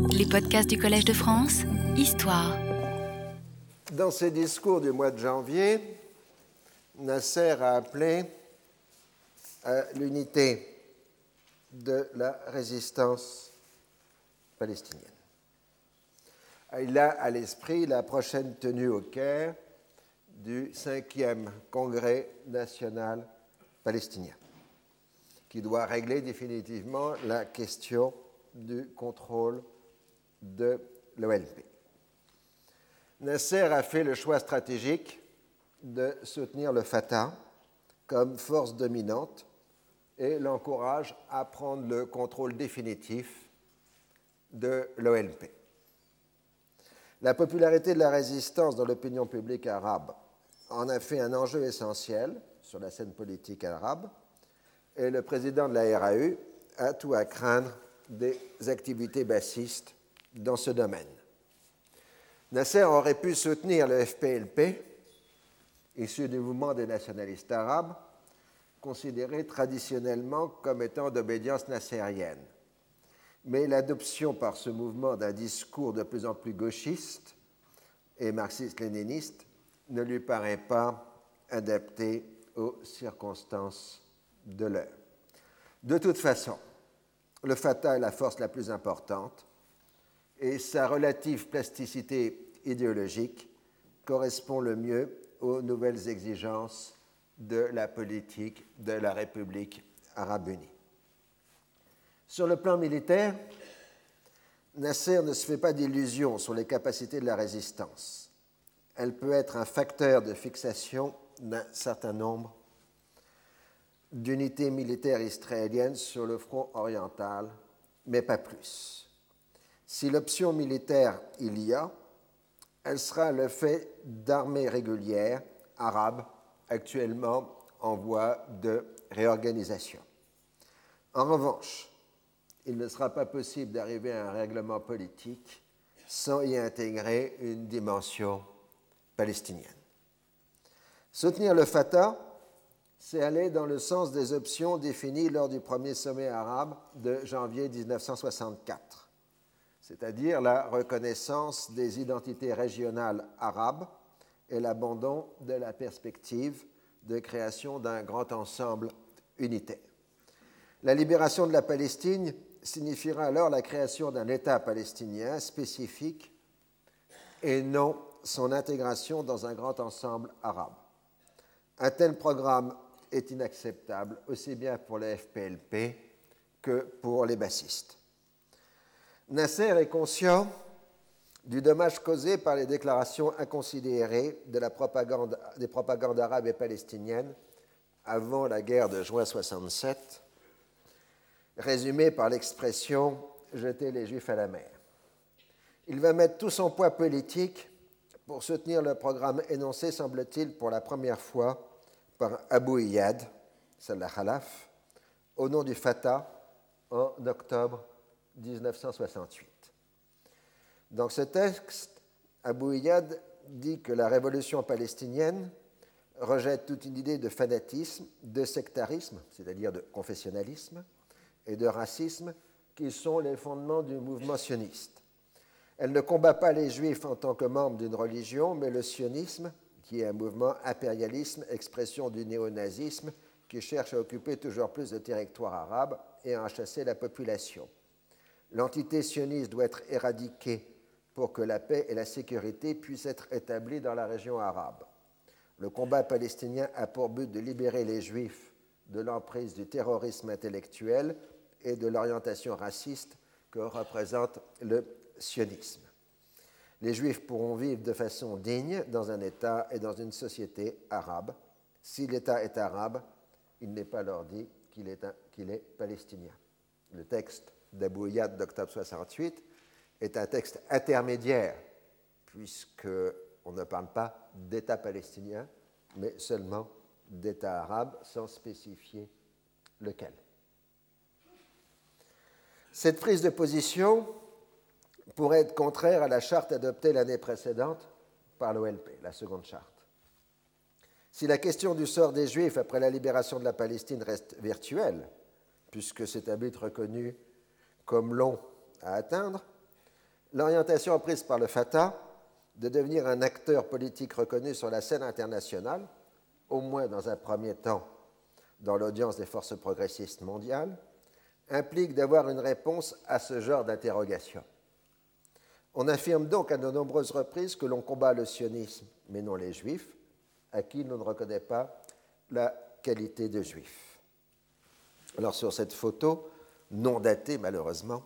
Les podcasts du Collège de France, Histoire. Dans ses discours du mois de janvier, Nasser a appelé à l'unité de la résistance palestinienne. Il a à l'esprit la prochaine tenue au Caire du 5e Congrès national palestinien, qui doit régler définitivement la question du contrôle de l'OLP. Nasser a fait le choix stratégique de soutenir le Fatah comme force dominante et l'encourage à prendre le contrôle définitif de l'OLP. La popularité de la résistance dans l'opinion publique arabe en a fait un enjeu essentiel sur la scène politique arabe et le président de la RAU a tout à craindre des activités bassistes dans ce domaine. Nasser aurait pu soutenir le FPLP, issu du mouvement des nationalistes arabes, considéré traditionnellement comme étant d'obédience nassérienne. Mais l'adoption par ce mouvement d'un discours de plus en plus gauchiste et marxiste-léniniste ne lui paraît pas adapté aux circonstances de l'heure. De toute façon, le Fatah est la force la plus importante et sa relative plasticité idéologique correspond le mieux aux nouvelles exigences de la politique de la République arabe unie. Sur le plan militaire, Nasser ne se fait pas d'illusions sur les capacités de la résistance. Elle peut être un facteur de fixation d'un certain nombre d'unités militaires israéliennes sur le front oriental, mais pas plus. Si l'option militaire il y a, elle sera le fait d'armées régulières arabes actuellement en voie de réorganisation. En revanche, il ne sera pas possible d'arriver à un règlement politique sans y intégrer une dimension palestinienne. Soutenir le Fatah, c'est aller dans le sens des options définies lors du premier sommet arabe de janvier 1964, c'est-à-dire la reconnaissance des identités régionales arabes et l'abandon de la perspective de création d'un grand ensemble unitaire. La libération de la Palestine signifiera alors la création d'un État palestinien spécifique et non son intégration dans un grand ensemble arabe. Un tel programme est inacceptable aussi bien pour le FPLP que pour les bassistes. Nasser est conscient du dommage causé par les déclarations inconsidérées des propagandes arabes et palestiniennes avant la guerre de juin 1967, résumées par l'expression « jeter les Juifs à la mer ». Il va mettre tout son poids politique pour soutenir le programme énoncé, semble-t-il, pour la première fois par Abou Iyad, Salah Khalaf, au nom du Fatah en octobre 1968. Dans ce texte, Abou Iyad dit que la révolution palestinienne rejette toute une idée de fanatisme, de sectarisme, c'est-à-dire de confessionnalisme, et de racisme qui sont les fondements du mouvement sioniste. Elle ne combat pas les Juifs en tant que membres d'une religion, mais le sionisme, qui est un mouvement impérialisme, expression du néonazisme, qui cherche à occuper toujours plus de territoires arabes et à en chasser la population. L'entité sioniste doit être éradiquée pour que la paix et la sécurité puissent être établies dans la région arabe. Le combat palestinien a pour but de libérer les Juifs de l'emprise du terrorisme intellectuel et de l'orientation raciste que représente le sionisme. Les Juifs pourront vivre de façon digne dans un État et dans une société arabe. Si l'État est arabe, il n'est pas leur dit qu'il est palestinien. Le texte d'Abou Iyad d'octobre 1968 est un texte intermédiaire, puisqu'on ne parle pas d'État palestinien, mais seulement d'État arabe, sans spécifier lequel. Cette prise de position pourrait être contraire à la charte adoptée l'année précédente par l'OLP, la seconde charte. Si la question du sort des Juifs après la libération de la Palestine reste virtuelle, puisque c'est un but reconnu comme long à atteindre, L'orientation prise par le Fatah de devenir un acteur politique reconnu sur la scène internationale, au moins dans un premier temps dans l'audience des forces progressistes mondiales, implique d'avoir une réponse à ce genre d'interrogation. On affirme donc à de nombreuses reprises que l'on combat le sionisme, mais non les juifs, à qui l'on ne reconnaît pas la qualité de juif. Alors sur cette photo, non datée malheureusement,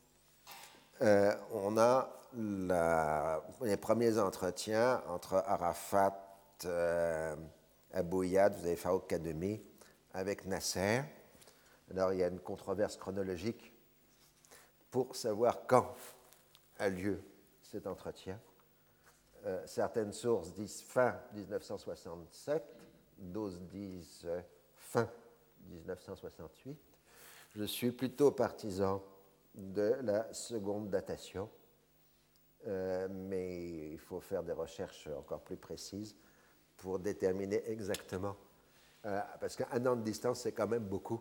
on a les premiers entretiens entre Arafat, Abou Yad, vous avez Farouk Kademi, avec Nasser. Alors il y a une controverse chronologique pour savoir quand a lieu cet entretien. Certaines sources disent fin 1967, d'autres disent fin 1968. Je suis plutôt partisan de la seconde datation, mais il faut faire des recherches encore plus précises pour déterminer exactement, parce qu'un an de distance, c'est quand même beaucoup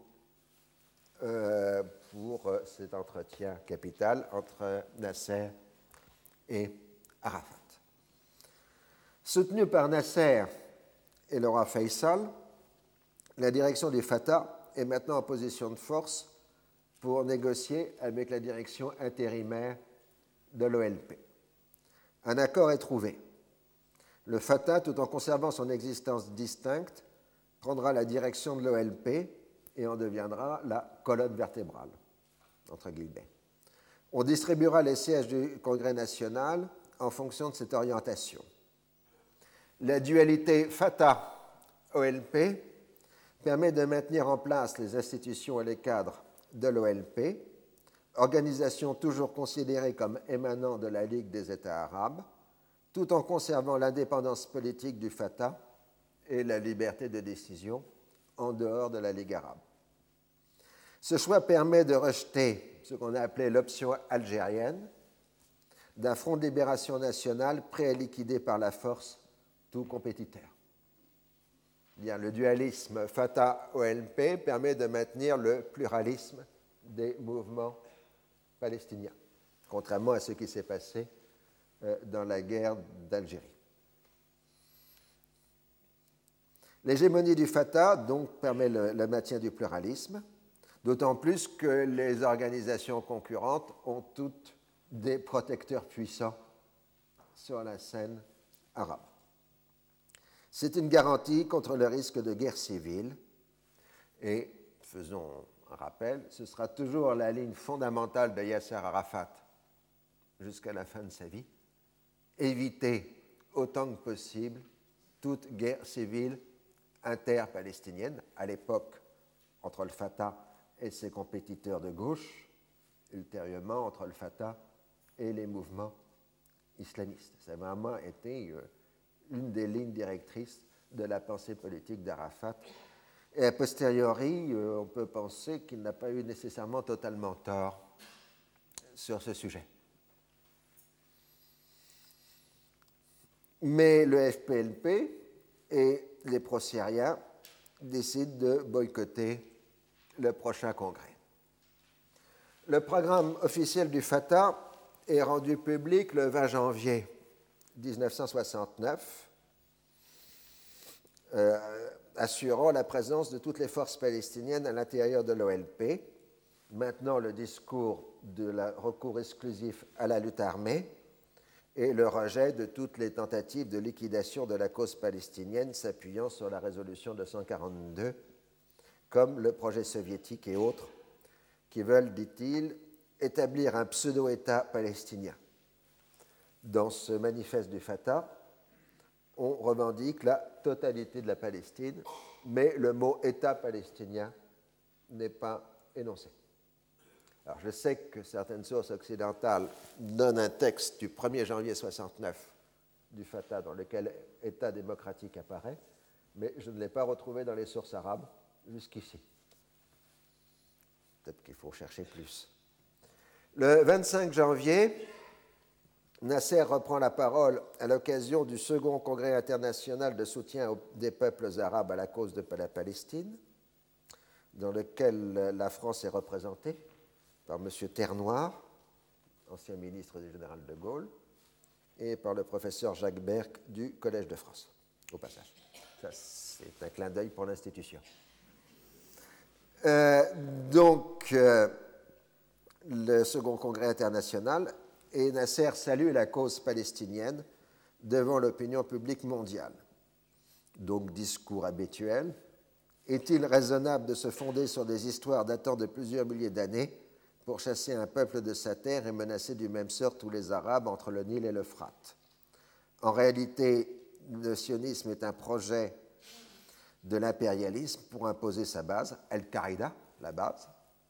pour cet entretien capital entre Nasser et Arafat. Soutenu par Nasser et le roi Faisal, la direction du Fatah est maintenant en position de force pour négocier avec la direction intérimaire de l'OLP. Un accord est trouvé. Le Fatah, tout en conservant son existence distincte, prendra la direction de l'OLP et en deviendra la colonne vertébrale, entre guillemets. On distribuera les sièges du Congrès national en fonction de cette orientation. La dualité Fatah-OLP permet de maintenir en place les institutions et les cadres de l'OLP, organisation toujours considérée comme émanant de la Ligue des États arabes, tout en conservant l'indépendance politique du Fatah et la liberté de décision en dehors de la Ligue arabe. Ce choix permet de rejeter ce qu'on a appelé l'option algérienne d'un front de libération nationale prêt à liquider par la force tout compétiteur. Le dualisme Fatah-OLP permet de maintenir le pluralisme des mouvements palestiniens, contrairement à ce qui s'est passé dans la guerre d'Algérie. L'hégémonie du Fatah donc permet le maintien du pluralisme, d'autant plus que les organisations concurrentes ont toutes des protecteurs puissants sur la scène arabe. C'est une garantie contre le risque de guerre civile et, faisons un rappel, ce sera toujours la ligne fondamentale de Yasser Arafat jusqu'à la fin de sa vie, éviter autant que possible toute guerre civile interpalestinienne, à l'époque entre le Fatah et ses compétiteurs de gauche, ultérieurement entre le Fatah et les mouvements islamistes. Ça a vraiment été une des lignes directrices de la pensée politique d'Arafat. Et a posteriori, on peut penser qu'il n'a pas eu nécessairement totalement tort sur ce sujet. Mais le FPLP et les pro-syriens décident de boycotter le prochain congrès. Le programme officiel du Fatah est rendu public le 20 janvier 1969, assurant la présence de toutes les forces palestiniennes à l'intérieur de l'OLP, maintenant le discours de recours exclusif à la lutte armée et le rejet de toutes les tentatives de liquidation de la cause palestinienne s'appuyant sur la résolution 242, comme le projet soviétique et autres, qui veulent, dit-il, établir un pseudo-État palestinien. Dans ce manifeste du Fatah, on revendique la totalité de la Palestine, mais le mot État palestinien n'est pas énoncé. Alors, je sais que certaines sources occidentales donnent un texte du 1er janvier 1969 du Fatah dans lequel État démocratique apparaît, mais je ne l'ai pas retrouvé dans les sources arabes jusqu'ici. Peut-être qu'il faut chercher plus. Le 25 janvier, Nasser reprend la parole à l'occasion du second congrès international de soutien des peuples arabes à la cause de la Palestine, dans lequel la France est représentée par M. Ternoir, ancien ministre du général de Gaulle, et par le professeur Jacques Berck du Collège de France, au passage. Ça, c'est un clin d'œil pour l'institution. Le Second Congrès international, et Nasser salue la cause palestinienne devant l'opinion publique mondiale. Donc, discours habituel. Est-il raisonnable de se fonder sur des histoires datant de plusieurs milliers d'années pour chasser un peuple de sa terre et menacer du même sort tous les Arabes entre le Nil et l'Euphrate? En réalité, le sionisme est un projet de l'impérialisme pour imposer sa base, Al-Qaïda, la base,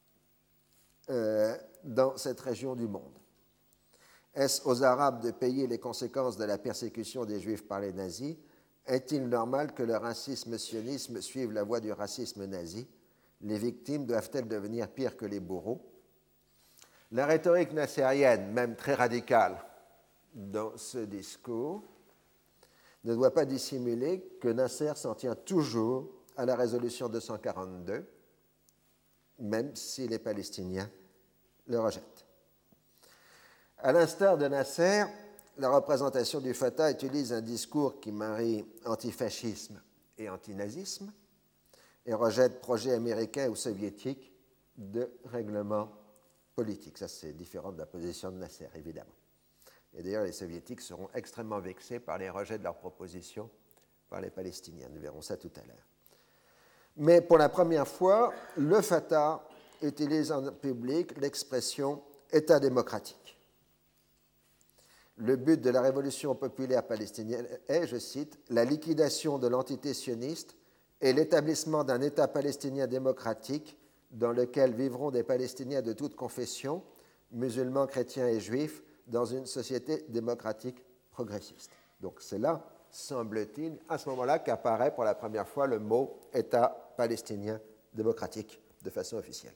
dans cette région du monde. Est-ce aux Arabes de payer les conséquences de la persécution des Juifs par les nazis? Est-il normal que le racisme-sionisme suive la voie du racisme nazi? Les victimes doivent-elles devenir pires que les bourreaux? La rhétorique nassérienne, même très radicale dans ce discours, ne doit pas dissimuler que Nasser s'en tient toujours à la résolution 242, même si les Palestiniens le rejettent. À l'instar de Nasser, la représentation du Fatah utilise un discours qui marie antifascisme et antinazisme et rejette projets américains ou soviétiques de règlement politique. Ça, c'est différent de la position de Nasser, évidemment. Et d'ailleurs, les soviétiques seront extrêmement vexés par les rejets de leurs propositions par les Palestiniens. Nous verrons ça tout à l'heure. Mais pour la première fois, le Fatah utilise en public l'expression « État démocratique ». Le but de la révolution populaire palestinienne est, je cite, « la liquidation de l'entité sioniste et l'établissement d'un État palestinien démocratique dans lequel vivront des Palestiniens de toute confession, musulmans, chrétiens et juifs, dans une société démocratique progressiste. » Donc c'est là, semble-t-il, à ce moment-là qu'apparaît pour la première fois le mot « État palestinien démocratique » de façon officielle.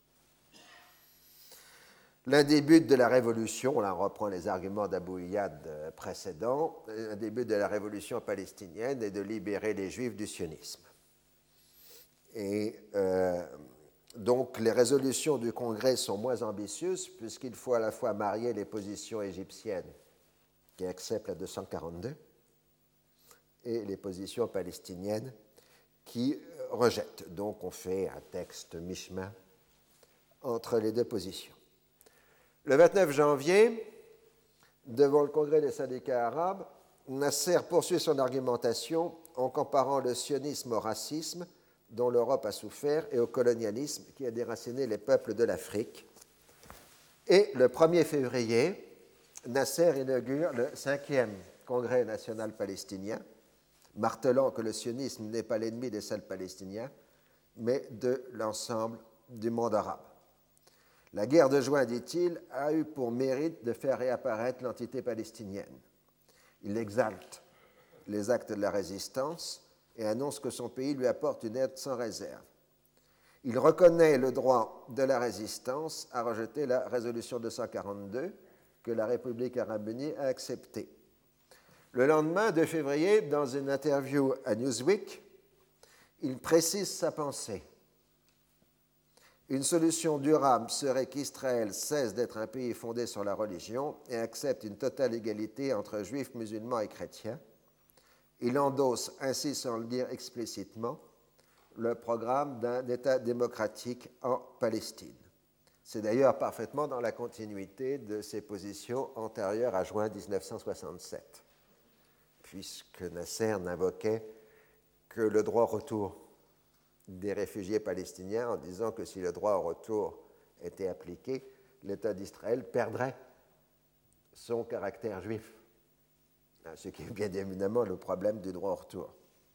L'un des buts de la révolution, là on reprend les arguments d'Abou Iyad précédents, l'un des buts de la révolution palestinienne est de libérer les Juifs du sionisme. Et donc les résolutions du Congrès sont moins ambitieuses puisqu'il faut à la fois marier les positions égyptiennes qui acceptent la 242 et les positions palestiniennes qui rejettent. Donc on fait un texte mi-chemin entre les deux positions. Le 29 janvier, devant le Congrès des syndicats arabes, Nasser poursuit son argumentation en comparant le sionisme au racisme dont l'Europe a souffert et au colonialisme qui a déraciné les peuples de l'Afrique. Et le 1er février, Nasser inaugure le 5e Congrès national palestinien, martelant que le sionisme n'est pas l'ennemi des seuls Palestiniens, mais de l'ensemble du monde arabe. La guerre de juin, dit-il, a eu pour mérite de faire réapparaître l'entité palestinienne. Il exalte les actes de la résistance et annonce que son pays lui apporte une aide sans réserve. Il reconnaît le droit de la résistance à rejeter la résolution 242 que la République arabe unie a acceptée. Le lendemain, 2 février, dans une interview à Newsweek, il précise sa pensée. Une solution durable serait qu'Israël cesse d'être un pays fondé sur la religion et accepte une totale égalité entre juifs, musulmans et chrétiens. Il endosse, ainsi sans le dire explicitement, le programme d'un État démocratique en Palestine. C'est d'ailleurs parfaitement dans la continuité de ses positions antérieures à juin 1967, puisque Nasser n'invoquait que le droit au retour des réfugiés palestiniens en disant que si le droit au retour était appliqué, l'État d'Israël perdrait son caractère juif, ce qui est bien évidemment le problème du droit au retour.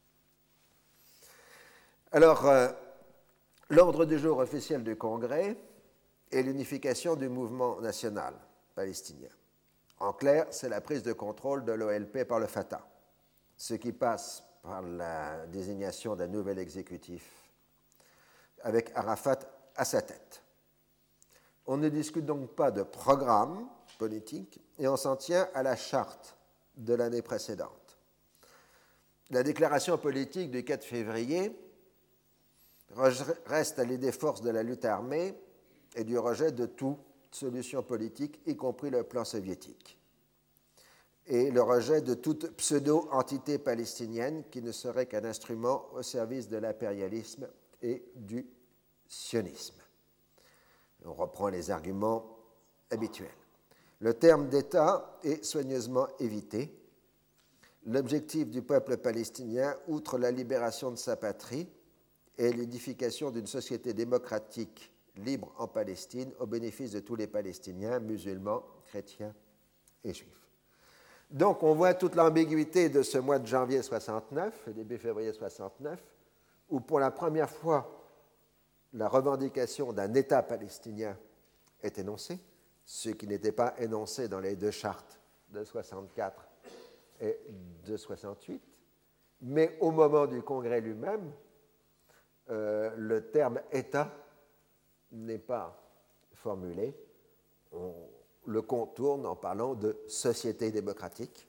Alors, l'ordre du jour officiel du Congrès est l'unification du mouvement national palestinien. En clair, c'est la prise de contrôle de l'OLP par le Fatah, ce qui passe par la désignation d'un nouvel exécutif avec Arafat à sa tête. On ne discute donc pas de programme politique et on s'en tient à la charte de l'année précédente. La déclaration politique du 4 février reste à l'idée force de la lutte armée et du rejet de tout solution politique, y compris le plan soviétique, et le rejet de toute pseudo-entité palestinienne qui ne serait qu'un instrument au service de l'impérialisme et du sionisme. On reprend les arguments habituels. Le terme d'État est soigneusement évité. L'objectif du peuple palestinien, outre la libération de sa patrie, est l'édification d'une société démocratique libre en Palestine au bénéfice de tous les Palestiniens, musulmans, chrétiens et juifs. Donc on voit toute l'ambiguïté de ce mois de janvier 69, début février 69, où pour la première fois la revendication d'un État palestinien est énoncée, ce qui n'était pas énoncé dans les deux chartes de 64 et de 68, mais au moment du congrès lui-même, le terme État n'est pas formulé. On le contourne en parlant de société démocratique.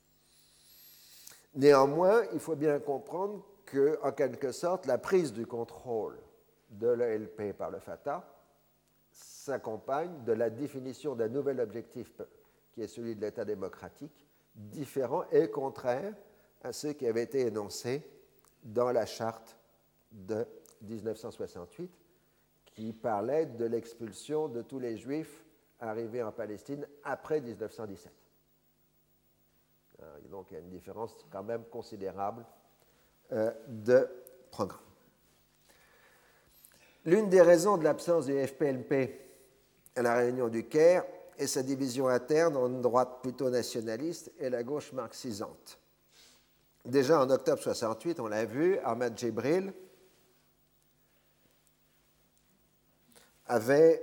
Néanmoins, il faut bien comprendre qu'en quelque sorte, la prise du contrôle de l'ELP par le Fatah s'accompagne de la définition d'un nouvel objectif qui est celui de l'État démocratique, différent et contraire à ceux qui avaient été énoncés dans la charte de 1968, qui parlait de l'expulsion de tous les Juifs arrivés en Palestine après 1917. Donc il y a une différence quand même considérable de programme. L'une des raisons de l'absence du FPLP à la réunion du Caire est sa division interne en une droite plutôt nationaliste et la gauche marxisante. Déjà en octobre 1968, on l'a vu, Ahmad Jibril avait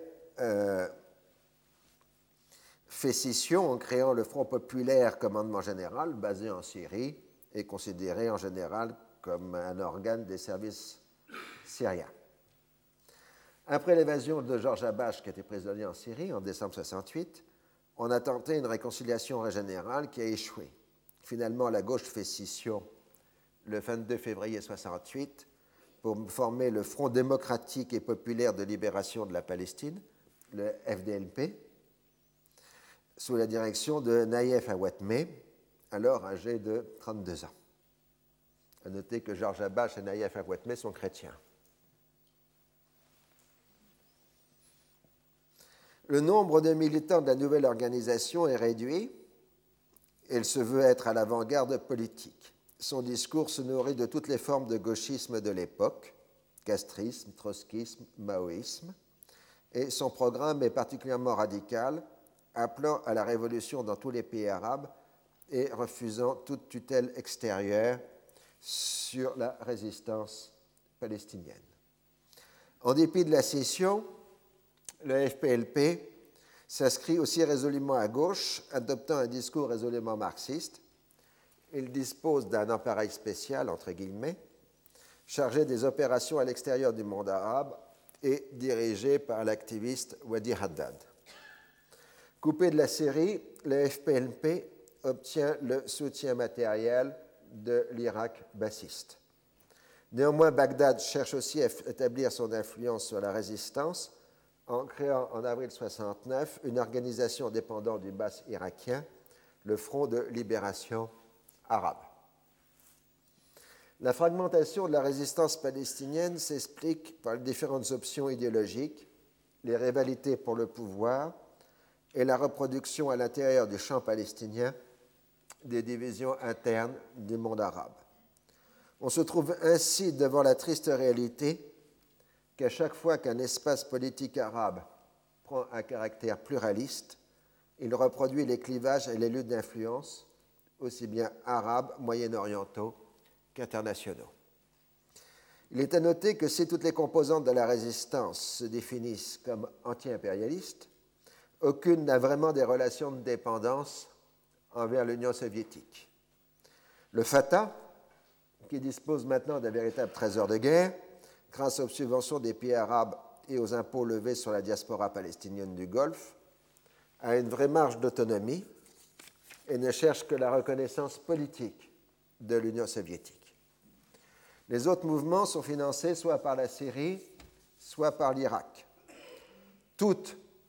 fait scission en créant le Front populaire commandement général basé en Syrie et considéré en général comme un organe des services syriens. Après l'évasion de Georges Habash, qui était prisonnier en Syrie en décembre 1968, on a tenté une réconciliation générale qui a échoué. Finalement, la gauche fait scission le 22 février 1968 pour former le Front démocratique et populaire de libération de la Palestine, le FDLP, sous la direction de Naïef Awatmeh, alors âgé de 32 ans. À noter que Georges Habash et Naïef Awatmeh sont chrétiens. Le nombre de militants de la nouvelle organisation est réduit. Elle se veut être à l'avant-garde politique. Son discours se nourrit de toutes les formes de gauchisme de l'époque, castrisme, trotskisme, maoïsme, et son programme est particulièrement radical, appelant à la révolution dans tous les pays arabes et refusant toute tutelle extérieure sur la résistance palestinienne. En dépit de la scission, le FPLP s'inscrit aussi résolument à gauche, adoptant un discours résolument marxiste. Il dispose d'un appareil spécial, entre guillemets, chargé des opérations à l'extérieur du monde arabe et dirigé par l'activiste Wadi Haddad. Coupé de la Syrie, le FPLP obtient le soutien matériel de l'Irak bassiste. Néanmoins, Bagdad cherche aussi à établir son influence sur la résistance en créant en avril 1969 une organisation dépendante du Baas irakien, le Front de libération arabe. La fragmentation de la résistance palestinienne s'explique par les différentes options idéologiques, les rivalités pour le pouvoir et la reproduction à l'intérieur du champ palestinien des divisions internes du monde arabe. On se trouve ainsi devant la triste réalité qu'à chaque fois qu'un espace politique arabe prend un caractère pluraliste, il reproduit les clivages et les luttes d'influence, aussi bien arabes, moyen-orientaux qu'internationaux. Il est à noter que si toutes les composantes de la résistance se définissent comme anti-impérialistes, aucune n'a vraiment des relations de dépendance envers l'Union soviétique. Le Fatah, qui dispose maintenant d'un véritable trésor de guerre, grâce aux subventions des pays arabes et aux impôts levés sur la diaspora palestinienne du Golfe, a une vraie marge d'autonomie et ne cherche que la reconnaissance politique de l'Union soviétique. Les autres mouvements sont financés soit par la Syrie, soit par l'Irak. Toutes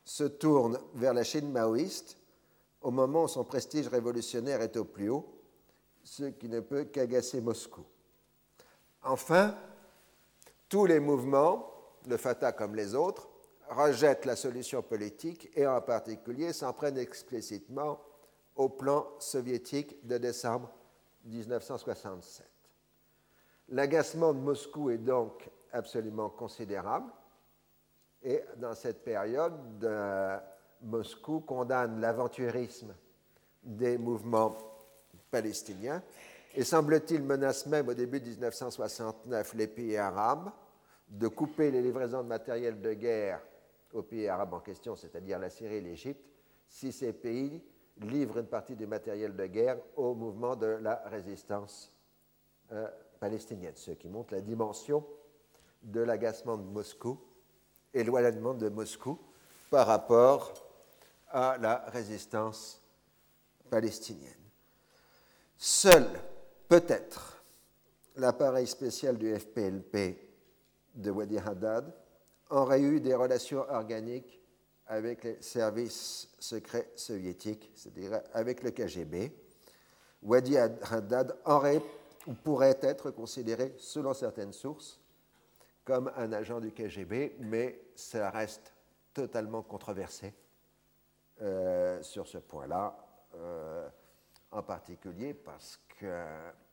se tourne vers la Chine maoïste au moment où son prestige révolutionnaire est au plus haut, ce qui ne peut qu'agacer Moscou. Enfin, tous les mouvements, le Fatah comme les autres, rejettent la solution politique et en particulier s'en prennent explicitement au plan soviétique de décembre 1967. L'agacement de Moscou est donc absolument considérable et dans cette période, Moscou condamne l'aventurisme des mouvements palestiniens et semble-t-il menace même au début de 1969 les pays arabes de couper les livraisons de matériel de guerre aux pays arabes en question, c'est-à-dire la Syrie et l'Égypte, si ces pays livrent une partie du matériel de guerre au mouvement de la résistance palestinienne, ce qui montre la dimension de l'agacement de Moscou et l'éloignement de Moscou par rapport à la résistance palestinienne. Seul, peut-être, l'appareil spécial du FPLP de Wadi Haddad aurait eu des relations organiques avec les services secrets soviétiques, c'est-à-dire avec le KGB. Wadi Haddad aurait ou pourrait être considéré, selon certaines sources, comme un agent du KGB, mais ça reste totalement controversé sur ce point-là, en particulier parce que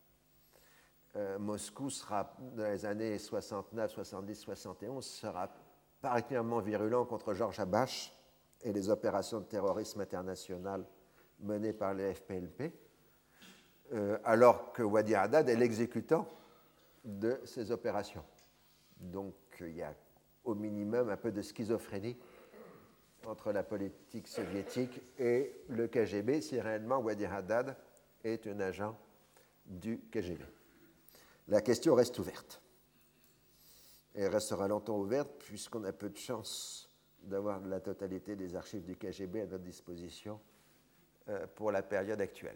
Moscou sera, dans les années 69, 70, 71, sera particulièrement virulent contre Georges Habash et les opérations de terrorisme international menées par le FPLP, alors que Wadi Haddad est l'exécutant de ces opérations. Donc il y a au minimum un peu de schizophrénie entre la politique soviétique et le KGB, si réellement Wadi Haddad est un agent du KGB. La question reste ouverte. Et elle restera longtemps ouverte puisqu'on a peu de chance d'avoir la totalité des archives du KGB à notre disposition pour la période actuelle.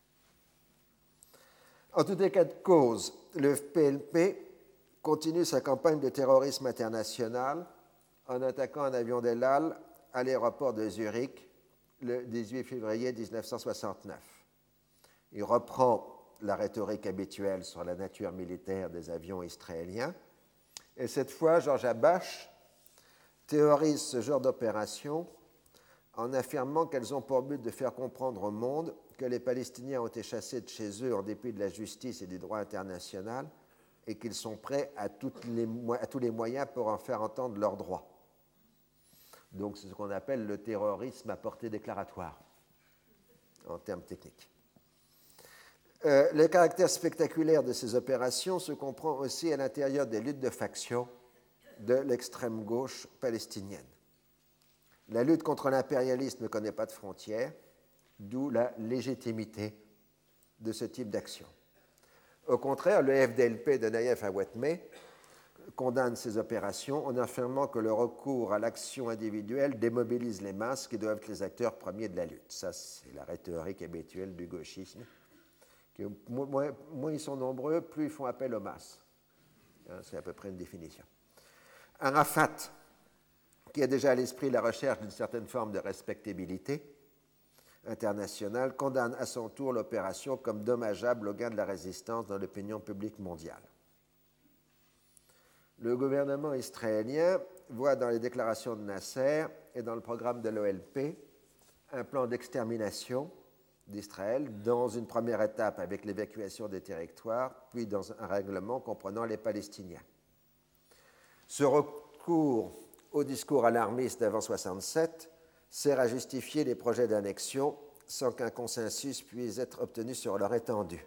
En tout état de cause, le FPLP continue sa campagne de terrorisme international en attaquant un avion d'El Al à l'aéroport de Zurich le 18 février 1969. Il reprend la rhétorique habituelle sur la nature militaire des avions israéliens. Et cette fois, Georges Habash théorise ce genre d'opération en affirmant qu'elles ont pour but de faire comprendre au monde que les Palestiniens ont été chassés de chez eux en dépit de la justice et du droit international et qu'ils sont prêts à tous les moyens pour en faire entendre leurs droits. Donc c'est ce qu'on appelle le terrorisme à portée déclaratoire, en termes techniques. Le caractère spectaculaire de ces opérations se comprend aussi à l'intérieur des luttes de factions de l'extrême gauche palestinienne. La lutte contre l'impérialisme ne connaît pas de frontières, d'où la légitimité de ce type d'action. Au contraire, le FDLP de Naïef Awatmeh condamne ces opérations en affirmant que le recours à l'action individuelle démobilise les masses qui doivent être les acteurs premiers de la lutte. Ça, c'est la rhétorique habituelle du gauchisme. Moins ils sont nombreux, plus ils font appel aux masses. C'est à peu près une définition. Arafat, qui a déjà à l'esprit la recherche d'une certaine forme de respectabilité internationale, condamne à son tour l'opération comme dommageable au gain de la résistance dans l'opinion publique mondiale. Le gouvernement israélien voit dans les déclarations de Nasser et dans le programme de l'OLP un plan d'extermination d'Israël dans une première étape avec l'évacuation des territoires, puis dans un règlement comprenant les Palestiniens. Ce recours au discours alarmiste d'avant 1967 sert à justifier les projets d'annexion sans qu'un consensus puisse être obtenu sur leur étendue.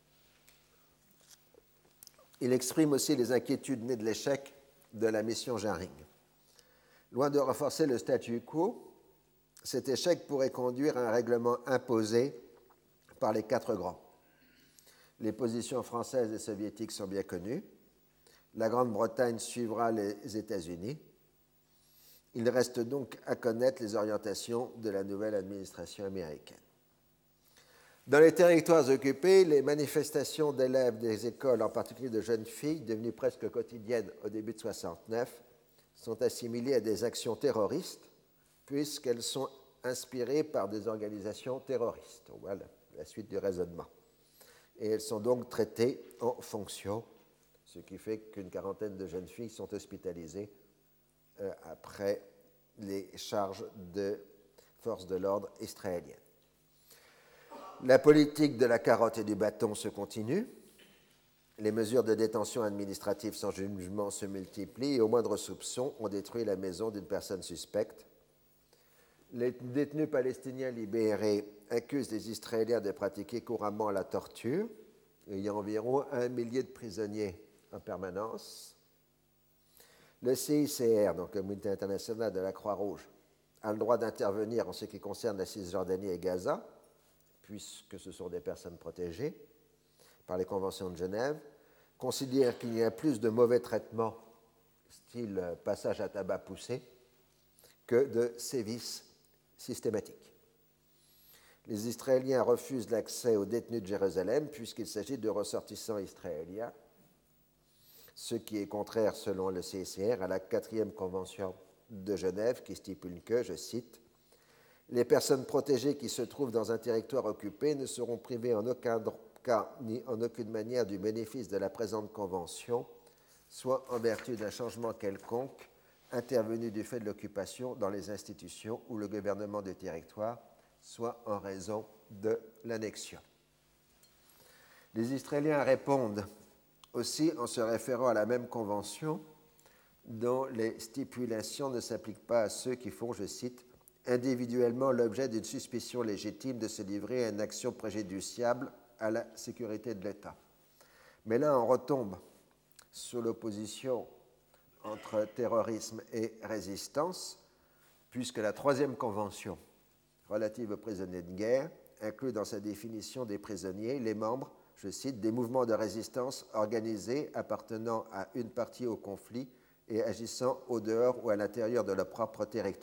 Il exprime aussi les inquiétudes nées de l'échec de la mission Jaring. Loin de renforcer le statu quo, cet échec pourrait conduire à un règlement imposé par les quatre grands. Les positions françaises et soviétiques sont bien connues. La Grande-Bretagne suivra les États-Unis. Il reste donc à connaître les orientations de la nouvelle administration américaine. Dans les territoires occupés, les manifestations d'élèves des écoles, en particulier de jeunes filles, devenues presque quotidiennes au début de 1969, sont assimilées à des actions terroristes puisqu'elles sont inspirées par des organisations terroristes. On voit la suite du raisonnement. Et elles sont donc traitées en fonction, ce qui fait qu'une quarantaine de jeunes filles sont hospitalisées après les charges de forces de l'ordre israéliennes. La politique de la carotte et du bâton se continue. Les mesures de détention administrative sans jugement se multiplient et au moindre soupçon, on détruit la maison d'une personne suspecte. Les détenus palestiniens libérés accusent les Israéliens de pratiquer couramment la torture. Il y a environ 1 millier de prisonniers en permanence. Le CICR, donc le Comité international de la Croix-Rouge, a le droit d'intervenir en ce qui concerne la Cisjordanie et Gaza, puisque ce sont des personnes protégées par les conventions de Genève, considère qu'il y a plus de mauvais traitements, style passage à tabac poussé, que de sévices systématiques. Les Israéliens refusent l'accès aux détenus de Jérusalem puisqu'il s'agit de ressortissants israéliens, ce qui est contraire, selon le CICR, à la 4e convention de Genève qui stipule que, je cite, « Les personnes protégées qui se trouvent dans un territoire occupé ne seront privées en aucun cas ni en aucune manière du bénéfice de la présente convention, soit en vertu d'un changement quelconque intervenu du fait de l'occupation dans les institutions ou le gouvernement du territoire, soit en raison de l'annexion. » Les Israéliens répondent aussi en se référant à la même convention dont les stipulations ne s'appliquent pas à ceux qui font, je cite, « individuellement l'objet d'une suspicion légitime de se livrer à une action préjudiciable à la sécurité de l'État. » Mais là, on retombe sur l'opposition entre terrorisme et résistance, puisque la 3e convention relative aux prisonniers de guerre inclut dans sa définition des prisonniers les membres, je cite, « des mouvements de résistance organisés appartenant à une partie au conflit et agissant au dehors ou à l'intérieur de leur propre territoire. »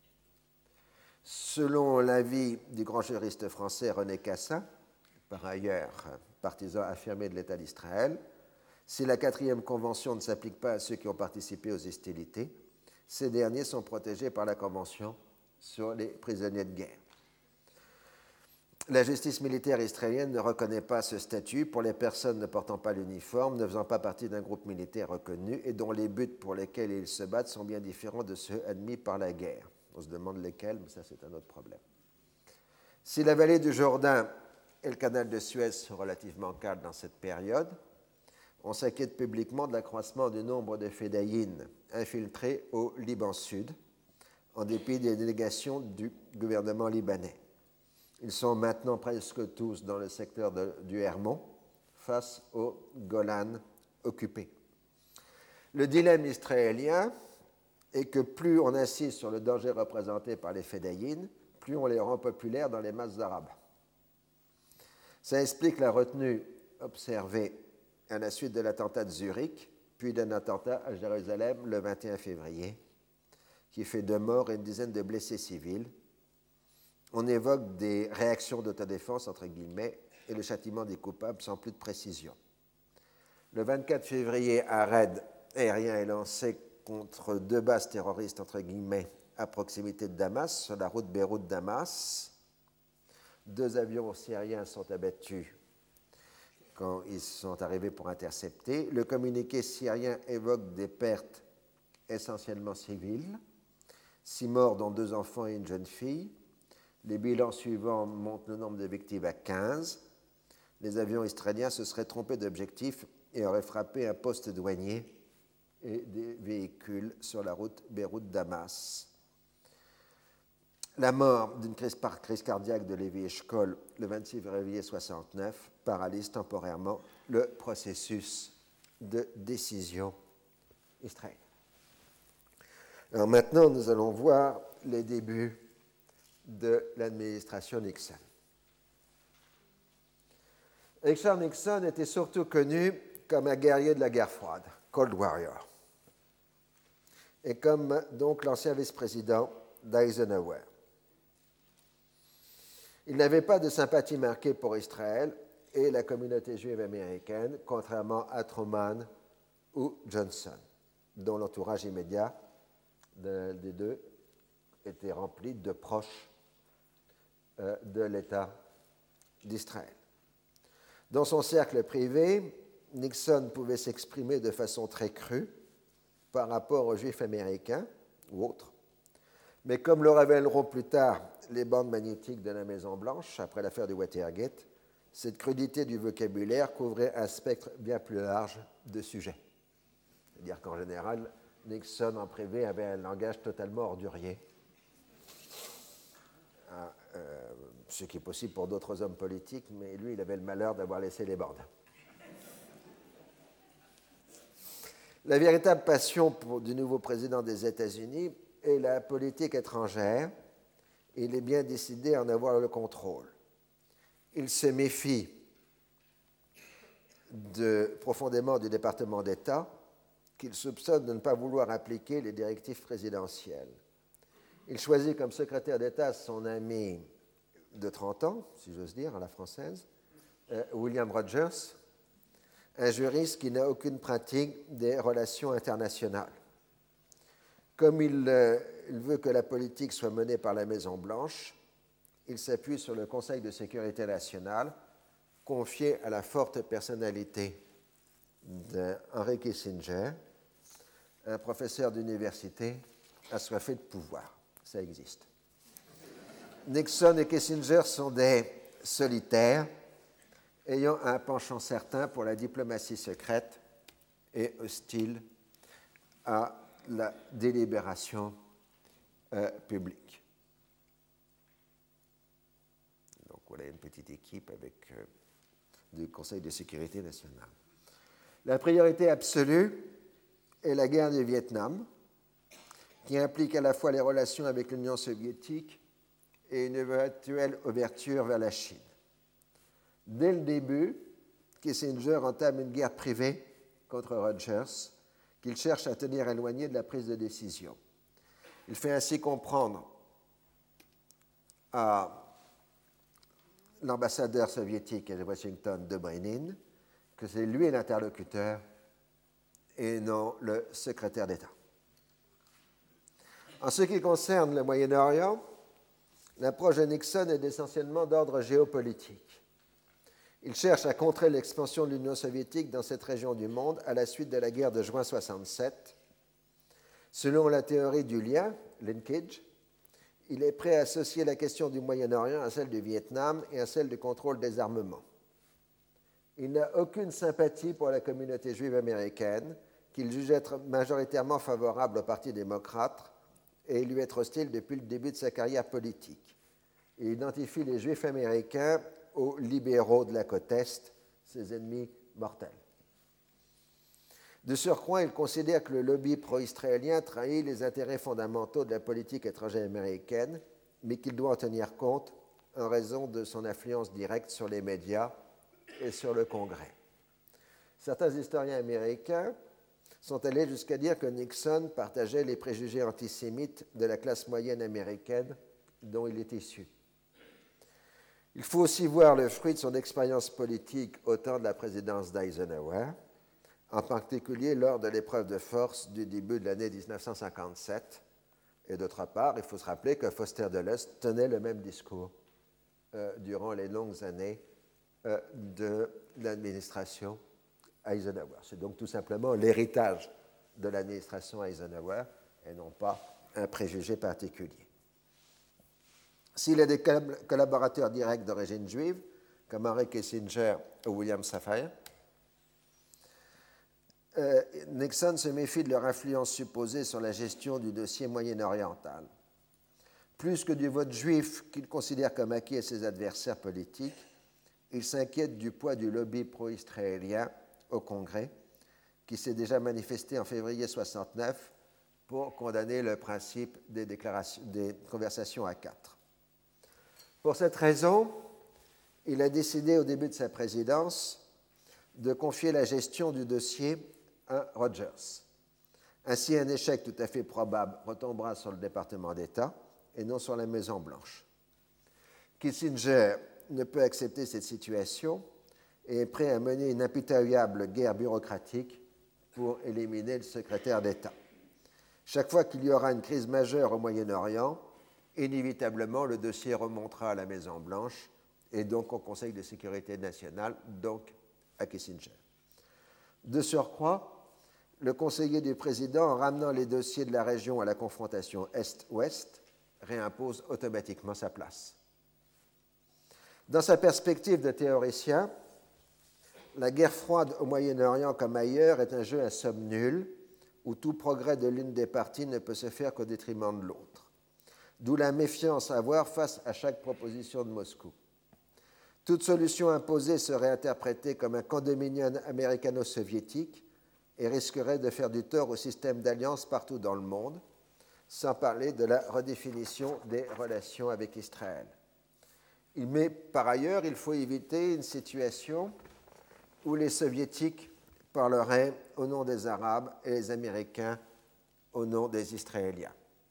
Selon l'avis du grand juriste français René Cassin, par ailleurs partisan affirmé de l'État d'Israël, si la 4e convention ne s'applique pas à ceux qui ont participé aux hostilités, ces derniers sont protégés par la convention sur les prisonniers de guerre. La justice militaire israélienne ne reconnaît pas ce statut pour les personnes ne portant pas l'uniforme, ne faisant pas partie d'un groupe militaire reconnu et dont les buts pour lesquels ils se battent sont bien différents de ceux admis par la guerre. On se demande lesquels, mais ça c'est un autre problème. Si la vallée du Jourdain et le canal de Suez sont relativement calmes dans cette période, on s'inquiète publiquement de l'accroissement du nombre de fédayines infiltrés au Liban Sud, en dépit des délégations du gouvernement libanais. Ils sont maintenant presque tous dans le secteur du Hermon, face au Golan occupé. Le dilemme israélien est que plus on insiste sur le danger représenté par les fédayines, plus on les rend populaires dans les masses arabes. Ça explique la retenue observée à la suite de l'attentat de Zurich, puis d'un attentat à Jérusalem le 21 février, qui fait 2 morts et une dizaine de blessés civils. On évoque des réactions d'autodéfense, entre guillemets, et le châtiment des coupables sans plus de précision. Le 24 février, un raid aérien est lancé contre 2 bases terroristes, entre guillemets, à proximité de Damas, sur la route Beyrouth-Damas. 2 avions syriens sont abattus quand ils sont arrivés pour intercepter. Le communiqué syrien évoque des pertes essentiellement civiles, 6 morts dont 2 enfants et une jeune fille. Les bilans suivants montrent le nombre de victimes à 15. Les avions israéliens se seraient trompés d'objectif et auraient frappé un poste douanier et des véhicules sur la route Beyrouth-Damas. La mort d'une crise cardiaque de Lévi Eshkol le 26 février 1969 paralyse temporairement le processus de décision israélien. Alors maintenant, nous allons voir les débuts de l'administration Nixon. Richard Nixon était surtout connu comme un guerrier de la guerre froide, Cold Warrior, et comme donc l'ancien vice-président d'Eisenhower. Il n'avait pas de sympathie marquée pour Israël et la communauté juive américaine, contrairement à Truman ou Johnson, dont l'entourage immédiat des deux était remplie de proches de l'État d'Israël. Dans son cercle privé, Nixon pouvait s'exprimer de façon très crue par rapport aux Juifs américains ou autres, mais comme le révéleront plus tard les bandes magnétiques de la Maison-Blanche après l'affaire du Watergate, cette crudité du vocabulaire couvrait un spectre bien plus large de sujets. C'est-à-dire qu'en général, Nixon en privé avait un langage totalement ordurier, ce qui est possible pour d'autres hommes politiques, mais lui, il avait le malheur d'avoir laissé les bandes. La véritable passion du nouveau président des États-Unis est la politique étrangère. Il est bien décidé à en avoir le contrôle. Il se méfie profondément du département d'État, qu'il soupçonne de ne pas vouloir appliquer les directives présidentielles. Il choisit comme secrétaire d'État son ami de 30 ans, si j'ose dire, à la française, William Rogers, un juriste qui n'a aucune pratique des relations internationales. Comme il veut que la politique soit menée par la Maison-Blanche, il s'appuie sur le Conseil de sécurité nationale, confié à la forte personnalité d'Henry Kissinger, un professeur d'université assoiffé de pouvoir. Ça existe. Nixon et Kissinger sont des solitaires ayant un penchant certain pour la diplomatie secrète et hostile à la délibération publique. Donc voilà une petite équipe avec du Conseil de sécurité nationale. La priorité absolue est la guerre du Vietnam, qui implique à la fois les relations avec l'Union soviétique et une éventuelle ouverture vers la Chine. Dès le début, Kissinger entame une guerre privée contre Rogers, qu'il cherche à tenir éloigné de la prise de décision. Il fait ainsi comprendre à l'ambassadeur soviétique à Washington, Dobrynin, que c'est lui l'interlocuteur et non le secrétaire d'État. En ce qui concerne le Moyen-Orient, l'approche de Nixon est essentiellement d'ordre géopolitique. Il cherche à contrer l'expansion de l'Union soviétique dans cette région du monde à la suite de la guerre de juin 1967. Selon la théorie du lien, linkage, il est prêt à associer la question du Moyen-Orient à celle du Vietnam et à celle du contrôle des armements. Il n'a aucune sympathie pour la communauté juive américaine, qu'il juge être majoritairement favorable au Parti démocrate et lui être hostile depuis le début de sa carrière politique. Il identifie les Juifs américains aux libéraux de la côte Est, ses ennemis mortels. De surcroît, il considère que le lobby pro-israélien trahit les intérêts fondamentaux de la politique étrangère américaine, mais qu'il doit en tenir compte en raison de son influence directe sur les médias et sur le Congrès. Certains historiens américains sont allés jusqu'à dire que Nixon partageait les préjugés antisémites de la classe moyenne américaine dont il est issu. Il faut aussi voir le fruit de son expérience politique au temps de la présidence d'Eisenhower, en particulier lors de l'épreuve de force du début de l'année 1957. Et d'autre part, il faut se rappeler que Foster Dulles tenait le même discours durant les longues années de l'administration Eisenhower. C'est donc tout simplement l'héritage de l'administration Eisenhower et non pas un préjugé particulier. S'il a des collaborateurs directs d'origine juive, comme Henry Kissinger ou William Safire, Nixon se méfie de leur influence supposée sur la gestion du dossier moyen-oriental. Plus que du vote juif qu'il considère comme acquis à ses adversaires politiques, il s'inquiète du poids du lobby pro-israélien au Congrès, qui s'est déjà manifesté en février 1969 pour condamner le principe des conversations à quatre. Pour cette raison, il a décidé au début de sa présidence de confier la gestion du dossier à Rogers. Ainsi, un échec tout à fait probable retombera sur le département d'État et non sur la Maison-Blanche. Kissinger ne peut accepter cette situation et est prêt à mener une impitoyable guerre bureaucratique pour éliminer le secrétaire d'État. Chaque fois qu'il y aura une crise majeure au Moyen-Orient, inévitablement, le dossier remontera à la Maison-Blanche et donc au Conseil de sécurité nationale, donc à Kissinger. De surcroît, le conseiller du président, en ramenant les dossiers de la région à la confrontation Est-Ouest, réimpose automatiquement sa place. Dans sa perspective de théoricien, la guerre froide au Moyen-Orient comme ailleurs est un jeu à somme nulle, où tout progrès de l'une des parties ne peut se faire qu'au détriment de l'autre. D'où la méfiance à avoir face à chaque proposition de Moscou. Toute solution imposée serait interprétée comme un condominium américano-soviétique et risquerait de faire du tort au système d'alliance partout dans le monde, sans parler de la redéfinition des relations avec Israël. Mais par ailleurs, il faut éviter une situation où les Soviétiques parleraient au nom des Arabes et les Américains au nom des Israéliens.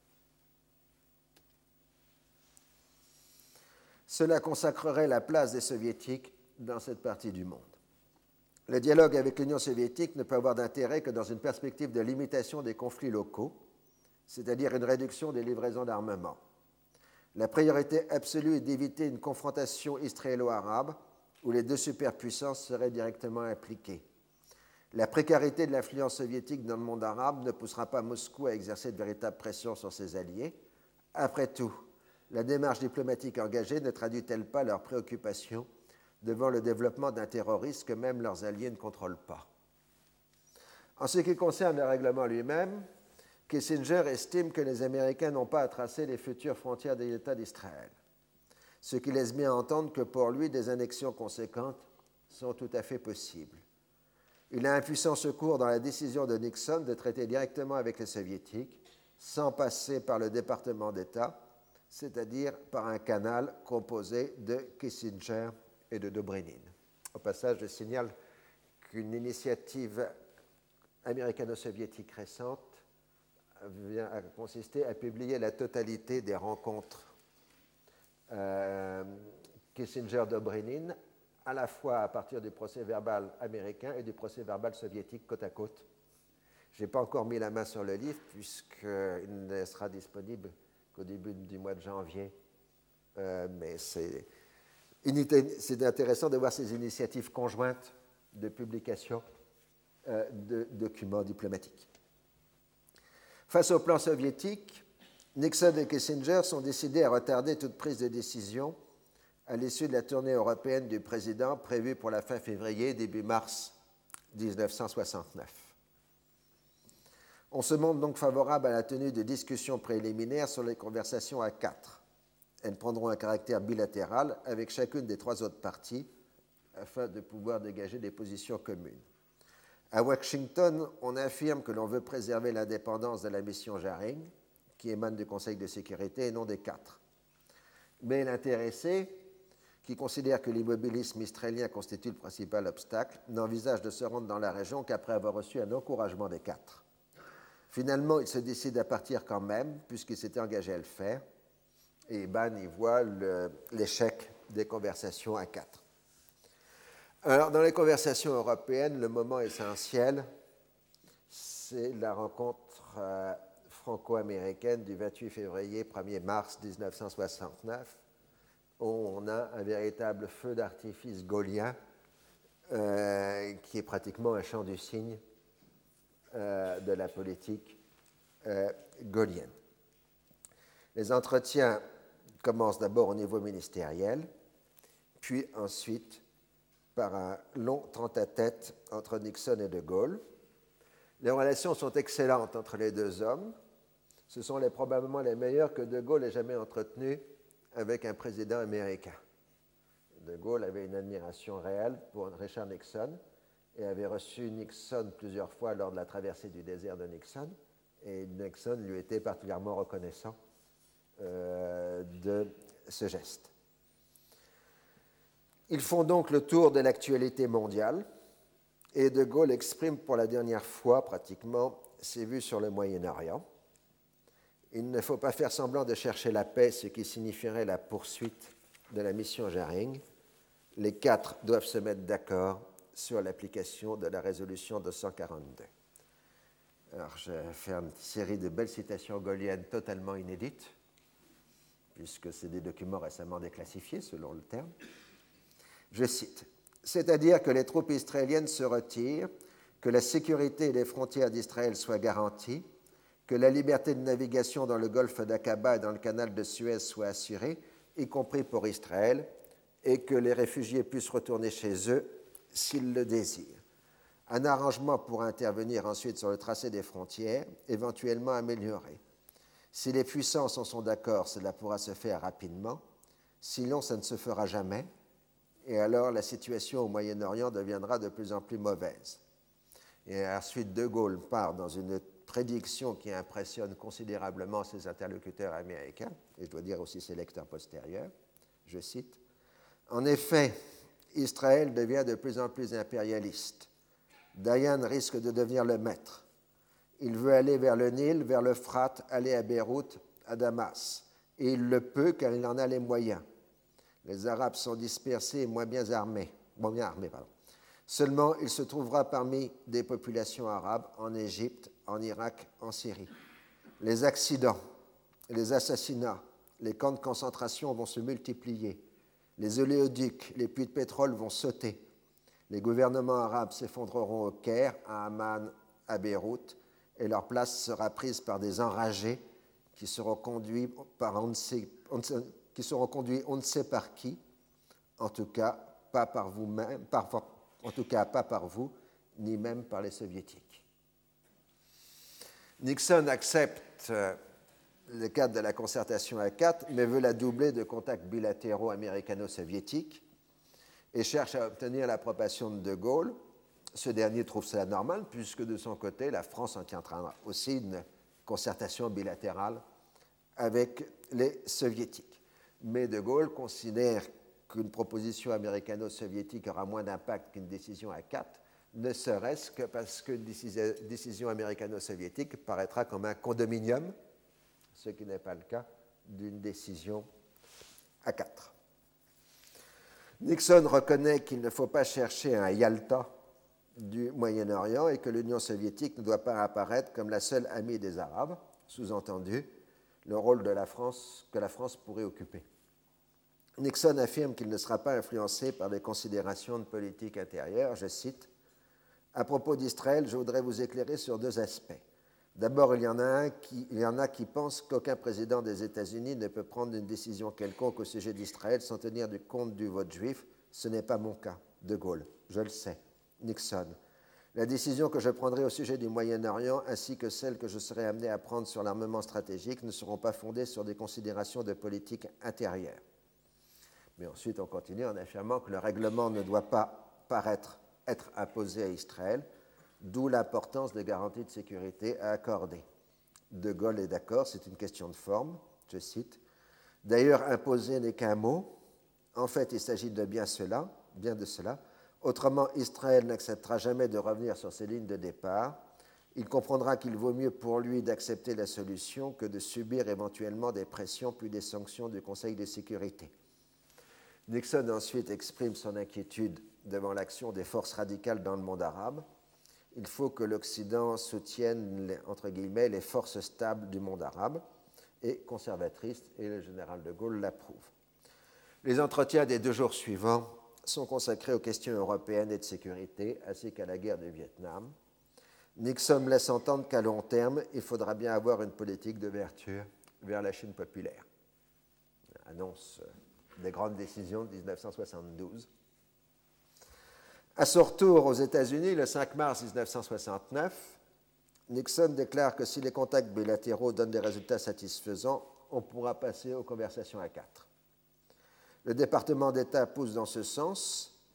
Cela consacrerait la place des Soviétiques dans cette partie du monde. Le dialogue avec l'Union soviétique ne peut avoir d'intérêt que dans une perspective de limitation des conflits locaux, c'est-à-dire une réduction des livraisons d'armement. La priorité absolue est d'éviter une confrontation israélo-arabe où les deux superpuissances seraient directement impliquées. La précarité de l'influence soviétique dans le monde arabe ne poussera pas Moscou à exercer de véritables pressions sur ses alliés. Après tout, la démarche diplomatique engagée ne traduit-elle pas leurs préoccupations devant le développement d'un terrorisme que même leurs alliés ne contrôlent pas? En ce qui concerne le règlement lui-même, Kissinger estime que les Américains n'ont pas à tracer les futures frontières de l'État d'Israël, ce qui laisse bien entendre que pour lui, des annexions conséquentes sont tout à fait possibles. Il a un puissant secours dans la décision de Nixon de traiter directement avec les Soviétiques, sans passer par le département d'État, c'est-à-dire par un canal composé de Kissinger et de Dobrynin. Au passage, je signale qu'une initiative américano-soviétique récente a consisté à publier la totalité des rencontres Kissinger-Dobrynin, à la fois à partir du procès-verbal américain et du procès-verbal soviétique côte à côte. Je n'ai pas encore mis la main sur le livre, puisqu'il ne sera disponible qu'au début du mois de janvier. Mais c'est intéressant de voir ces initiatives conjointes de publication de documents diplomatiques. Face au plan soviétique, Nixon et Kissinger sont décidés à retarder toute prise de décision à l'issue de la tournée européenne du président prévue pour la fin février, début mars 1969. On se montre donc favorable à la tenue de discussions préliminaires sur les conversations à quatre. Elles prendront un caractère bilatéral avec chacune des trois autres parties afin de pouvoir dégager des positions communes. À Washington, on affirme que l'on veut préserver l'indépendance de la mission Jaring, qui émane du Conseil de sécurité et non des quatre. Mais l'intéressé, qui considère que l'immobilisme israélien constitue le principal obstacle, n'envisage de se rendre dans la région qu'après avoir reçu un encouragement des quatre. Finalement, il se décide à partir quand même, puisqu'il s'était engagé à le faire, et Ban y voit l'échec des conversations à quatre. Alors, dans les conversations européennes, le moment essentiel, c'est la rencontre franco-américaine du 28 février 1er mars 1969, où on a un véritable feu d'artifice gaullien qui est pratiquement un chant du cygne de la politique gaullienne. Les entretiens commencent d'abord au niveau ministériel, puis ensuite par un long tête-à-tête entre Nixon et De Gaulle. Les relations sont excellentes entre les deux hommes. Ce sont probablement les meilleures que De Gaulle ait jamais entretenues avec un président américain. De Gaulle avait une admiration réelle pour Richard Nixon et avait reçu Nixon plusieurs fois lors de la traversée du désert de Nixon, et Nixon lui était particulièrement reconnaissant de ce geste. Ils font donc le tour de l'actualité mondiale et De Gaulle exprime pour la dernière fois pratiquement ses vues sur le Moyen-Orient. Il ne faut pas faire semblant de chercher la paix, ce qui signifierait la poursuite de la mission Jaring. Les quatre doivent se mettre d'accord sur l'application de la résolution 242. Alors, je vais faire une série de belles citations gaulliennes totalement inédites. puisque c'est des documents récemment déclassifiés, selon le terme. Je cite, « C'est-à-dire que les troupes israéliennes se retirent, que la sécurité des frontières d'Israël soit garantie, que la liberté de navigation dans le golfe d'Aqaba et dans le canal de Suez soit assurée, y compris pour Israël, et que les réfugiés puissent retourner chez eux s'ils le désirent. Un arrangement pourra intervenir ensuite sur le tracé des frontières, éventuellement amélioré. Si les puissances en sont d'accord, cela pourra se faire rapidement, sinon ça ne se fera jamais, et alors la situation au Moyen-Orient deviendra de plus en plus mauvaise. » Et ensuite, De Gaulle part dans une prédiction qui impressionne considérablement ses interlocuteurs américains, et je dois dire aussi ses lecteurs postérieurs. Je cite, « En effet, Israël devient de plus en plus impérialiste. Dayan risque de devenir le maître. Il veut aller vers le Nil, vers l'Euphrate, aller à Beyrouth, à Damas. Et il le peut car il en a les moyens. Les Arabes sont dispersés et moins bien armés. Seulement, il se trouvera parmi des populations arabes en Égypte, en Irak, en Syrie. Les accidents, les assassinats, les camps de concentration vont se multiplier. Les oléoducs, les puits de pétrole vont sauter. Les gouvernements arabes s'effondreront au Caire, à Amman, à Beyrouth, et leur place sera prise par des enragés qui seront conduits on ne sait par qui, en tout cas pas par vous-même, en tout cas pas par vous, ni même par les soviétiques. Nixon accepte le cadre de la concertation à 4, mais veut la doubler de contacts bilatéraux américano-soviétiques et cherche à obtenir l'approbation de De Gaulle. Ce dernier trouve cela normal, puisque de son côté, la France entretiendra aussi une concertation bilatérale avec les soviétiques. Mais De Gaulle considère qu'une proposition américano-soviétique aura moins d'impact qu'une décision à 4, ne serait-ce que parce qu'une décision américano-soviétique paraîtra comme un condominium, ce qui n'est pas le cas d'une décision à 4. Nixon reconnaît qu'il ne faut pas chercher un Yalta du Moyen-Orient et que l'Union soviétique ne doit pas apparaître comme la seule amie des Arabes, sous-entendu le rôle que la France pourrait occuper. Nixon affirme qu'il ne sera pas influencé par des considérations de politique intérieure. Je cite, « À propos d'Israël, je voudrais vous éclairer sur 2 aspects. D'abord, il y en a qui pensent qu'aucun président des États-Unis ne peut prendre une décision quelconque au sujet d'Israël sans tenir compte du vote juif. Ce n'est pas mon cas. De Gaulle, je le sais. Nixon. La décision que je prendrai au sujet du Moyen-Orient ainsi que celle que je serai amené à prendre sur l'armement stratégique ne seront pas fondées sur des considérations de politique intérieure. » Mais ensuite, on continue en affirmant que le règlement ne doit pas être imposé à Israël, d'où l'importance des garanties de sécurité à accorder. De Gaulle est d'accord, c'est une question de forme, je cite. « D'ailleurs, imposer n'est qu'un mot. En fait, il s'agit de bien de cela. Autrement, Israël n'acceptera jamais de revenir sur ses lignes de départ. Il comprendra qu'il vaut mieux pour lui d'accepter la solution que de subir éventuellement des pressions puis des sanctions du Conseil de sécurité. » Nixon ensuite exprime son inquiétude devant l'action des forces radicales dans le monde arabe. Il faut que l'Occident soutienne, entre guillemets, les forces stables du monde arabe et conservatrices, et le général de Gaulle l'approuve. Les entretiens des 2 jours suivants sont consacrés aux questions européennes et de sécurité, ainsi qu'à la guerre du Vietnam. Nixon laisse entendre qu'à long terme, il faudra bien avoir une politique d'ouverture vers la Chine populaire. Annonce des grandes décisions de 1972. À son retour aux États-Unis, le 5 mars 1969, Nixon déclare que si les contacts bilatéraux donnent des résultats satisfaisants, on pourra passer aux conversations à 4. Le département d'État pousse dans ce sens,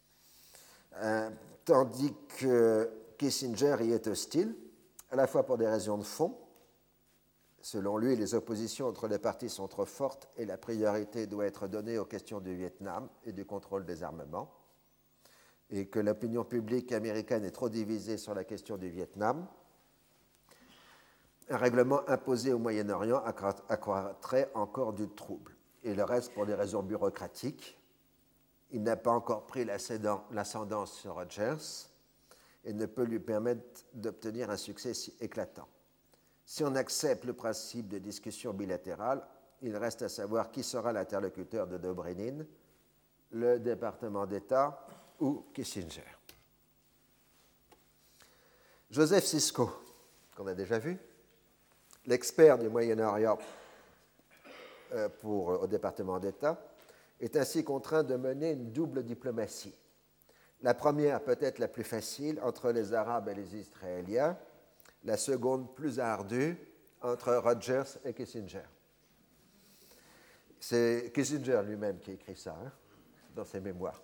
tandis que Kissinger y est hostile, à la fois pour des raisons de fond. Selon lui, les oppositions entre les partis sont trop fortes et la priorité doit être donnée aux questions du Vietnam et du contrôle des armements, et que l'opinion publique américaine est trop divisée sur la question du Vietnam. Un règlement imposé au Moyen-Orient accroîtrait encore du trouble. Et le reste pour des raisons bureaucratiques. Il n'a pas encore pris l'ascendance sur Rogers et ne peut lui permettre d'obtenir un succès si éclatant. Si on accepte le principe de discussion bilatérale, il reste à savoir qui sera l'interlocuteur de Dobrynin, le département d'État ou Kissinger. Joseph Sisko, qu'on a déjà vu, l'expert du Moyen-Orient au département d'État, est ainsi contraint de mener une double diplomatie. La première, peut-être la plus facile, entre les Arabes et les Israéliens, la seconde, plus ardue, entre Rogers et Kissinger. C'est Kissinger lui-même qui écrit ça, dans ses mémoires.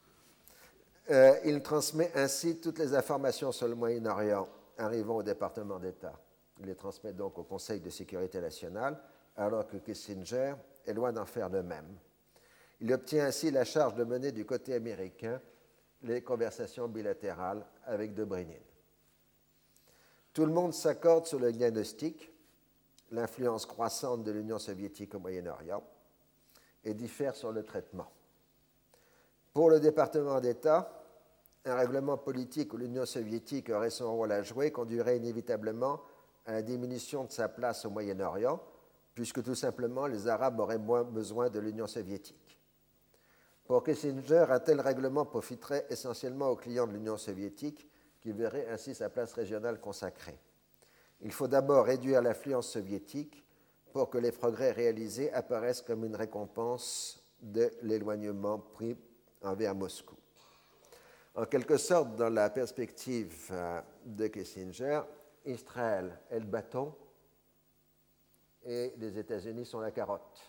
Il transmet ainsi toutes les informations sur le Moyen-Orient arrivant au département d'État. Il les transmet donc au Conseil de sécurité nationale, alors que Kissinger est loin d'en faire de même. Il obtient ainsi la charge de mener du côté américain les conversations bilatérales avec Dobrynin. Tout le monde s'accorde sur le diagnostic, l'influence croissante de l'Union soviétique au Moyen-Orient, et diffère sur le traitement. Pour le département d'État, un règlement politique où l'Union soviétique aurait son rôle à jouer conduirait inévitablement à la diminution de sa place au Moyen-Orient, puisque tout simplement les Arabes auraient moins besoin de l'Union soviétique. Pour Kissinger, un tel règlement profiterait essentiellement aux clients de l'Union soviétique, qui verraient ainsi sa place régionale consacrée. Il faut d'abord réduire l'influence soviétique pour que les progrès réalisés apparaissent comme une récompense de l'éloignement pris envers Moscou. En quelque sorte, dans la perspective de Kissinger, Israël est le bâton et les États-Unis sont la carotte.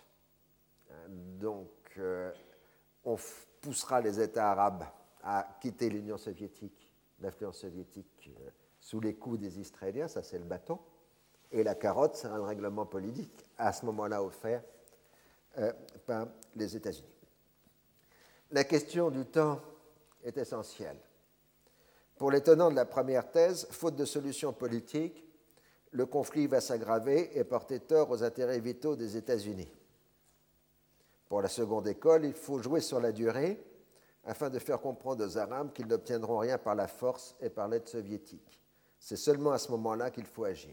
Donc, on poussera les États arabes à quitter l'Union soviétique, l'influence soviétique, sous les coups des Israéliens, ça c'est le bâton, et la carotte sera un règlement politique à ce moment-là offert par les États-Unis. La question du temps est essentielle. Pour les tenants de la première thèse, faute de solution politique, le conflit va s'aggraver et porter tort aux intérêts vitaux des États-Unis. Pour la seconde école, il faut jouer sur la durée afin de faire comprendre aux Arabes qu'ils n'obtiendront rien par la force et par l'aide soviétique. C'est seulement à ce moment-là qu'il faut agir.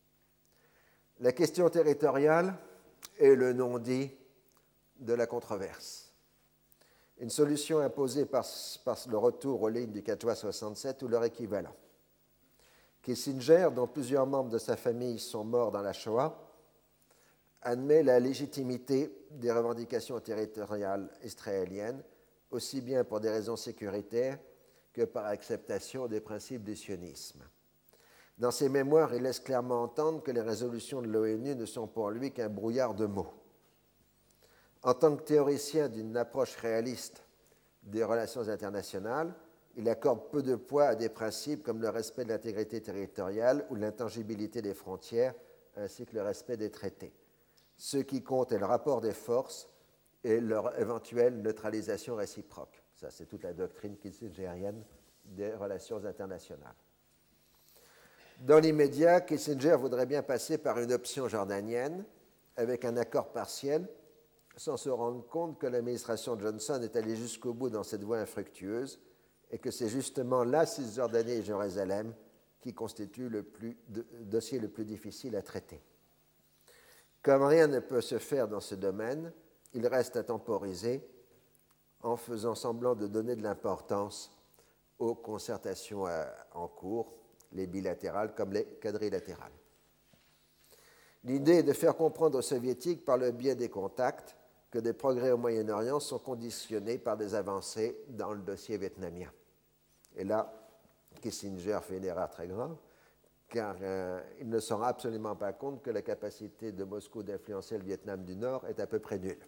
La question territoriale est le non-dit de la controverse. Une solution imposée par le retour aux lignes du 4 juin 67 ou leur équivalent. Kissinger, dont plusieurs membres de sa famille sont morts dans la Shoah, admet la légitimité des revendications territoriales israéliennes, aussi bien pour des raisons sécuritaires que par acceptation des principes du sionisme. Dans ses mémoires, il laisse clairement entendre que les résolutions de l'ONU ne sont pour lui qu'un brouillard de mots. En tant que théoricien d'une approche réaliste des relations internationales, il accorde peu de poids à des principes comme le respect de l'intégrité territoriale ou l'intangibilité des frontières, ainsi que le respect des traités. Ce qui compte est le rapport des forces et leur éventuelle neutralisation réciproque. Ça, c'est toute la doctrine kissingerienne des relations internationales. Dans l'immédiat, Kissinger voudrait bien passer par une option jordanienne avec un accord partiel, sans se rendre compte que l'administration Johnson est allée jusqu'au bout dans cette voie infructueuse et que c'est justement la Cisjordanie et Jérusalem qui constituent le dossier le plus difficile à traiter. Comme rien ne peut se faire dans ce domaine, il reste à temporiser en faisant semblant de donner de l'importance aux concertations en cours, les bilatérales comme les quadrilatérales. L'idée est de faire comprendre aux Soviétiques par le biais des contacts que des progrès au Moyen-Orient sont conditionnés par des avancées dans le dossier vietnamien. Et là, Kissinger fait une erreur très grave, car il ne se rend absolument pas compte que la capacité de Moscou d'influencer le Vietnam du Nord est à peu près nulle.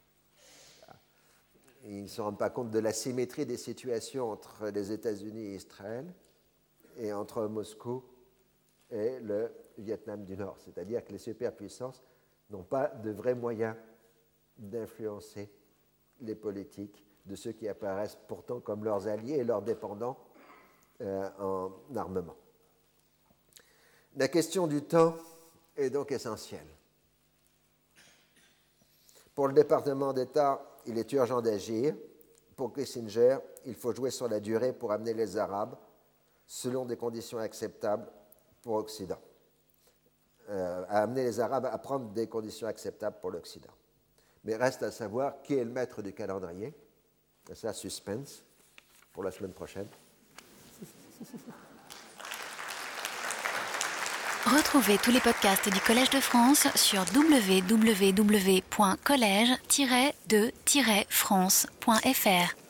Il ne se rend pas compte de la symétrie des situations entre les États-Unis et Israël et entre Moscou et le Vietnam du Nord. C'est-à-dire que les superpuissances n'ont pas de vrais moyens d'influencer les politiques de ceux qui apparaissent pourtant comme leurs alliés et leurs dépendants en armement. La question du temps est donc essentielle. Pour le département d'État, il est urgent d'agir. Pour Kissinger, il faut jouer sur la durée pour amener les Arabes selon des conditions acceptables pour l'Occident. a amené les Arabes à prendre des conditions acceptables pour l'Occident. Mais reste à savoir qui est le maître du calendrier. Et ça, suspense pour la semaine prochaine. Retrouvez tous les podcasts du Collège de France sur www.collège-de-france.fr.